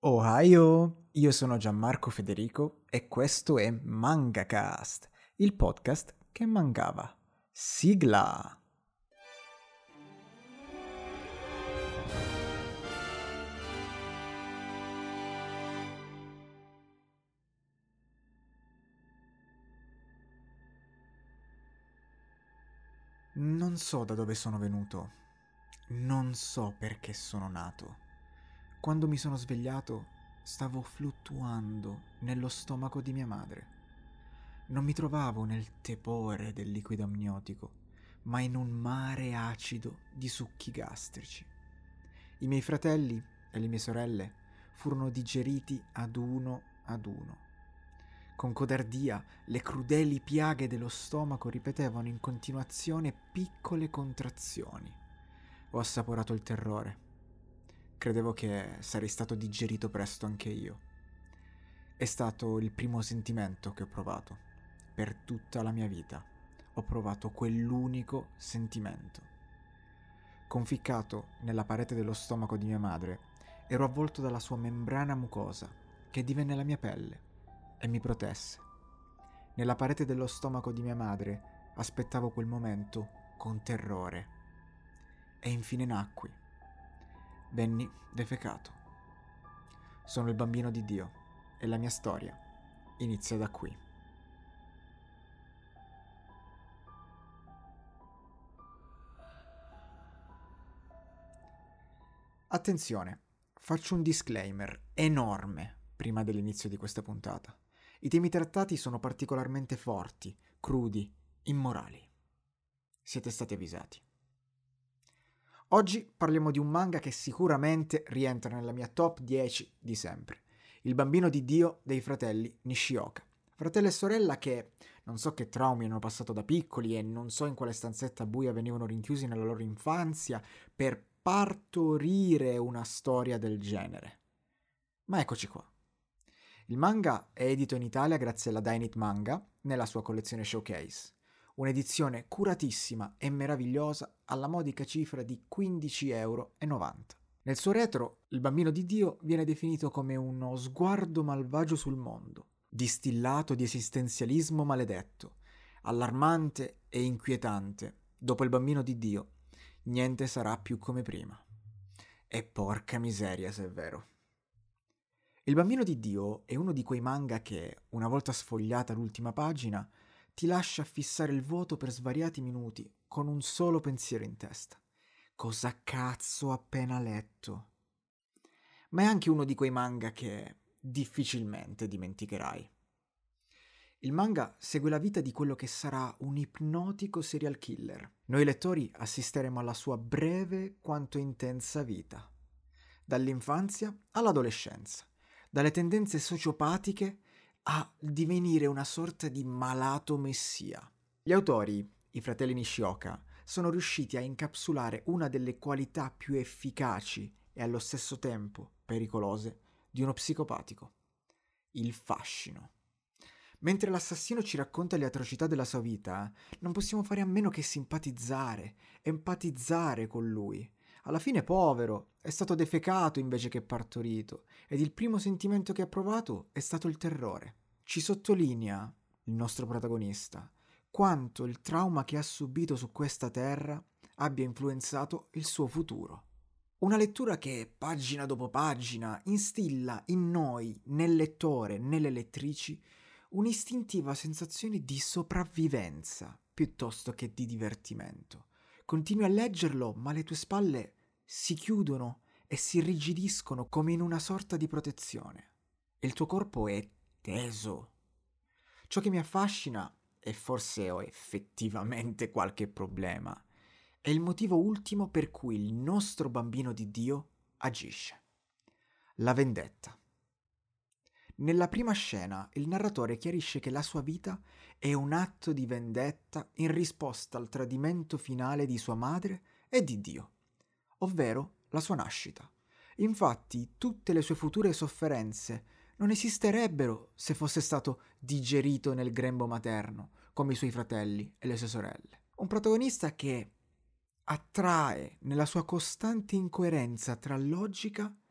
Ohio, io sono Gianmarco Federico e questo è MangaCast, il podcast che mangava. Sigla! Non so da dove sono venuto, non so perché sono nato. Quando mi sono svegliato, stavo fluttuando nello stomaco di mia madre. Non mi trovavo nel tepore del liquido amniotico, ma in un mare acido di succhi gastrici. I miei fratelli e le mie sorelle furono digeriti ad uno. Con codardia, le crudeli piaghe dello stomaco ripetevano in continuazione piccole contrazioni. Ho assaporato il terrore. Credevo che sarei stato digerito presto anche io. È stato il primo sentimento che ho provato. Per tutta la mia vita ho provato quell'unico sentimento. Conficcato nella parete dello stomaco di mia madre, ero avvolto dalla sua membrana mucosa che divenne la mia pelle e mi protesse. Nella parete dello stomaco di mia madre aspettavo quel momento con terrore. E infine nacqui. Venni defecato. Sono il bambino di Dio e la mia storia inizia da qui. Attenzione, faccio un disclaimer enorme prima dell'inizio di questa puntata. I temi trattati sono particolarmente forti, crudi, immorali. Siete stati avvisati. Oggi parliamo di un manga che sicuramente rientra nella mia top 10 di sempre. Il bambino di Dio dei fratelli Nishioka. Fratello e sorella che non so che traumi hanno passato da piccoli e non so in quale stanzetta buia venivano rinchiusi nella loro infanzia per partorire una storia del genere. Ma eccoci qua. Il manga è edito in Italia grazie alla Dynit Manga nella sua collezione Showcase. Un'edizione curatissima e meravigliosa alla modica cifra di 15,90 €. Nel suo retro, il bambino di Dio viene definito come uno sguardo malvagio sul mondo, distillato di esistenzialismo maledetto, allarmante e inquietante. Dopo il bambino di Dio, niente sarà più come prima. E porca miseria se è vero. Il bambino di Dio è uno di quei manga che, una volta sfogliata l'ultima pagina, ti lascia fissare il vuoto per svariati minuti con un solo pensiero in testa. Cosa cazzo ho appena letto? Ma è anche uno di quei manga che difficilmente dimenticherai. Il manga segue la vita di quello che sarà un ipnotico serial killer. Noi lettori assisteremo alla sua breve quanto intensa vita. Dall'infanzia all'adolescenza, dalle tendenze sociopatiche a divenire una sorta di malato messia. Gli autori, i fratelli Nishioka, sono riusciti a incapsulare una delle qualità più efficaci e allo stesso tempo pericolose di uno psicopatico: il fascino. Mentre l'assassino ci racconta le atrocità della sua vita, non possiamo fare a meno che simpatizzare, empatizzare con lui. Alla fine, povero, è stato defecato invece che partorito, ed il primo sentimento che ha provato è stato il terrore. Ci sottolinea, il nostro protagonista, quanto il trauma che ha subito su questa terra abbia influenzato il suo futuro. Una lettura che, pagina dopo pagina, instilla in noi, nel lettore, nelle lettrici, un'istintiva sensazione di sopravvivenza piuttosto che di divertimento. Continui a leggerlo, ma le tue spalle si chiudono e si irrigidiscono come in una sorta di protezione. E il tuo corpo è teso. Ciò che mi affascina, e forse ho effettivamente qualche problema, è il motivo ultimo per cui il nostro bambino di Dio agisce: la vendetta. Nella prima scena il narratore chiarisce che la sua vita è un atto di vendetta in risposta al tradimento finale di sua madre e di Dio, ovvero la sua nascita. Infatti tutte le sue future sofferenze non esisterebbero se fosse stato digerito nel grembo materno, come i suoi fratelli e le sue sorelle. Un protagonista che attrae nella sua costante incoerenza tra logica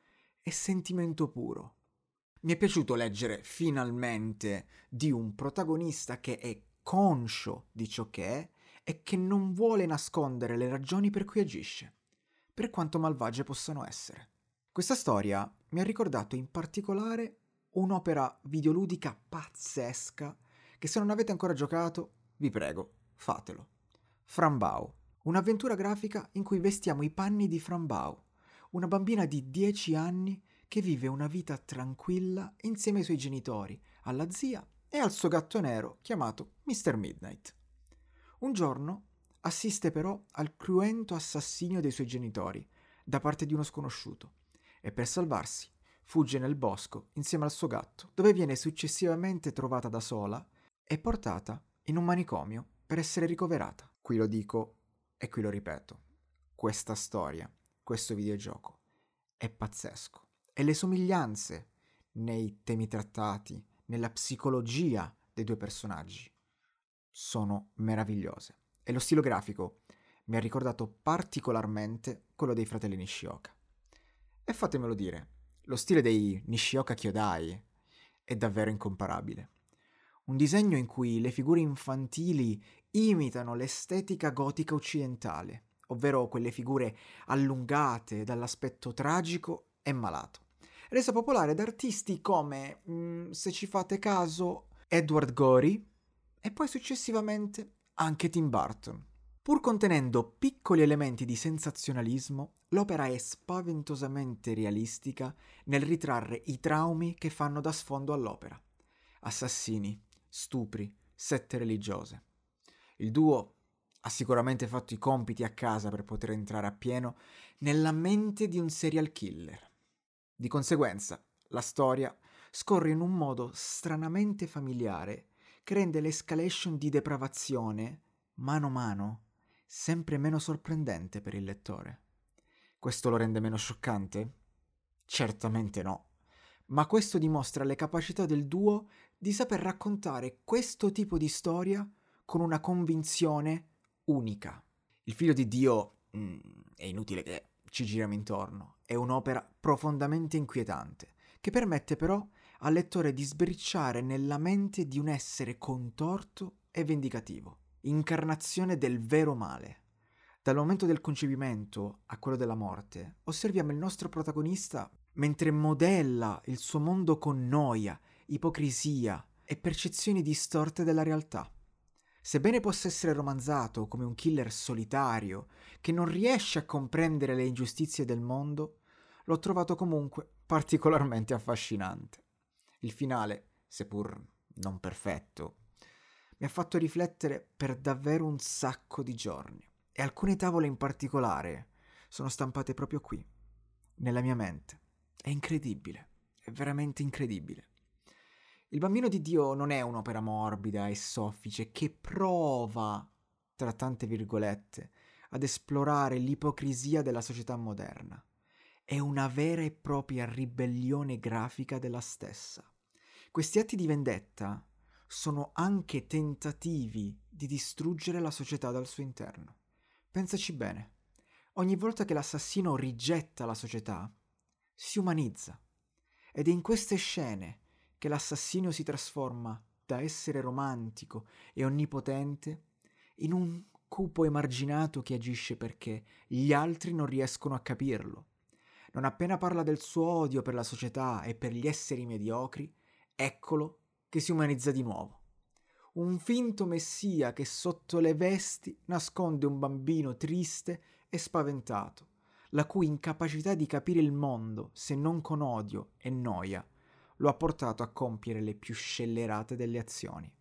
e sentimento puro. Mi è piaciuto leggere finalmente di un protagonista che è conscio di ciò che è e che non vuole nascondere le ragioni per cui agisce, per quanto malvagie possano essere. Questa storia mi ha ricordato in particolare un'opera videoludica pazzesca che, se non avete ancora giocato, vi prego, fatelo. Fran Bow, un'avventura grafica in cui vestiamo i panni di Fran Bow, una bambina di 10 anni che vive una vita tranquilla insieme ai suoi genitori, alla zia e al suo gatto nero chiamato Mr. Midnight. Un giorno assiste però al cruento assassinio dei suoi genitori da parte di uno sconosciuto e, per salvarsi, fugge nel bosco insieme al suo gatto, dove viene successivamente trovata da sola e portata in un manicomio per essere ricoverata. Qui lo dico e qui lo ripeto: questa storia, questo videogioco è pazzesco, e le somiglianze nei temi trattati, nella psicologia dei due personaggi sono meravigliose, e lo stile grafico mi ha ricordato particolarmente quello dei fratelli Nishioka. E fatemelo dire, lo stile dei Nishioka Kyodai è davvero incomparabile. Un disegno in cui le figure infantili imitano l'estetica gotica occidentale, ovvero quelle figure allungate dall'aspetto tragico e malato, resa popolare da artisti come, se ci fate caso, Edward Gorey e poi successivamente anche Tim Burton. Pur contenendo piccoli elementi di sensazionalismo, l'opera è spaventosamente realistica nel ritrarre i traumi che fanno da sfondo all'opera. Assassini, stupri, sette religiose. Il duo ha sicuramente fatto i compiti a casa per poter entrare appieno nella mente di un serial killer. Di conseguenza, la storia scorre in un modo stranamente familiare che rende l'escalation di depravazione, mano a mano, sempre meno sorprendente per il lettore. Questo lo rende meno scioccante? Certamente no, ma questo dimostra le capacità del duo di saper raccontare questo tipo di storia con una convinzione unica. Il figlio di Dio, è inutile che ci giriamo intorno, è un'opera profondamente inquietante, che permette però al lettore di sbriciare nella mente di un essere contorto e vendicativo, incarnazione del vero male. Dal momento del concepimento a quello della morte, osserviamo il nostro protagonista mentre modella il suo mondo con noia, ipocrisia e percezioni distorte della realtà. Sebbene possa essere romanzato come un killer solitario che non riesce a comprendere le ingiustizie del mondo, l'ho trovato comunque particolarmente affascinante. Il finale, seppur non perfetto, mi ha fatto riflettere per davvero un sacco di giorni, e alcune tavole in particolare sono stampate proprio qui, nella mia mente. È incredibile, è veramente incredibile. Il bambino di Dio non è un'opera morbida e soffice che prova, tra tante virgolette, ad esplorare l'ipocrisia della società moderna. È una vera e propria ribellione grafica della stessa. Questi atti di vendetta sono anche tentativi di distruggere la società dal suo interno. Pensaci bene. Ogni volta che l'assassino rigetta la società, si umanizza. Ed è in queste scene che l'assassino si trasforma da essere romantico e onnipotente in un cupo emarginato che agisce perché gli altri non riescono a capirlo. Non appena parla del suo odio per la società e per gli esseri mediocri, eccolo che si umanizza di nuovo. Un finto messia che sotto le vesti nasconde un bambino triste e spaventato, la cui incapacità di capire il mondo, se non con odio e noia, lo ha portato a compiere le più scellerate delle azioni.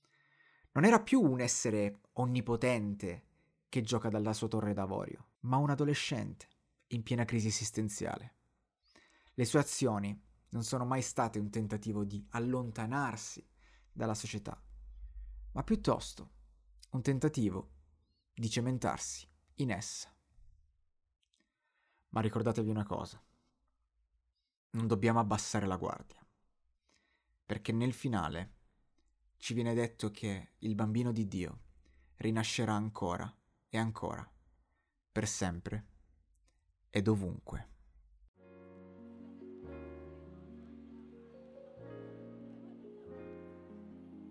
Non era più un essere onnipotente che gioca dalla sua torre d'avorio, ma un adolescente in piena crisi esistenziale. Le sue azioni non sono mai state un tentativo di allontanarsi dalla società, ma piuttosto un tentativo di cementarsi in essa. Ma ricordatevi una cosa: non dobbiamo abbassare la guardia, perché nel finale ci viene detto che il bambino di Dio rinascerà ancora e ancora, per sempre e dovunque.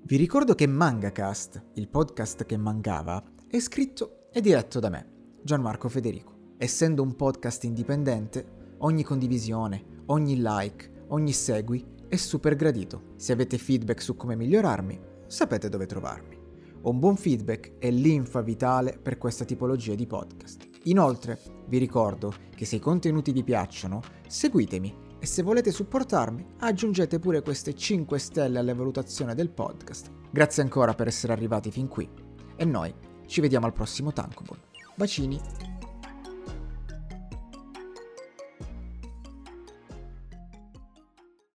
Vi ricordo che MangaCast, il podcast che mancava, è scritto e diretto da me, Gianmarco Federico. Essendo un podcast indipendente, ogni condivisione, ogni like, ogni segui è super gradito. Se avete feedback su come migliorarmi, sapete dove trovarmi. Un buon feedback è l'infa vitale per questa tipologia di podcast. Inoltre, vi ricordo che se i contenuti vi piacciono, seguitemi e se volete supportarmi, aggiungete pure queste 5 stelle alle valutazioni del podcast. Grazie ancora per essere arrivati fin qui e noi ci vediamo al prossimo Tankobon. Bacini!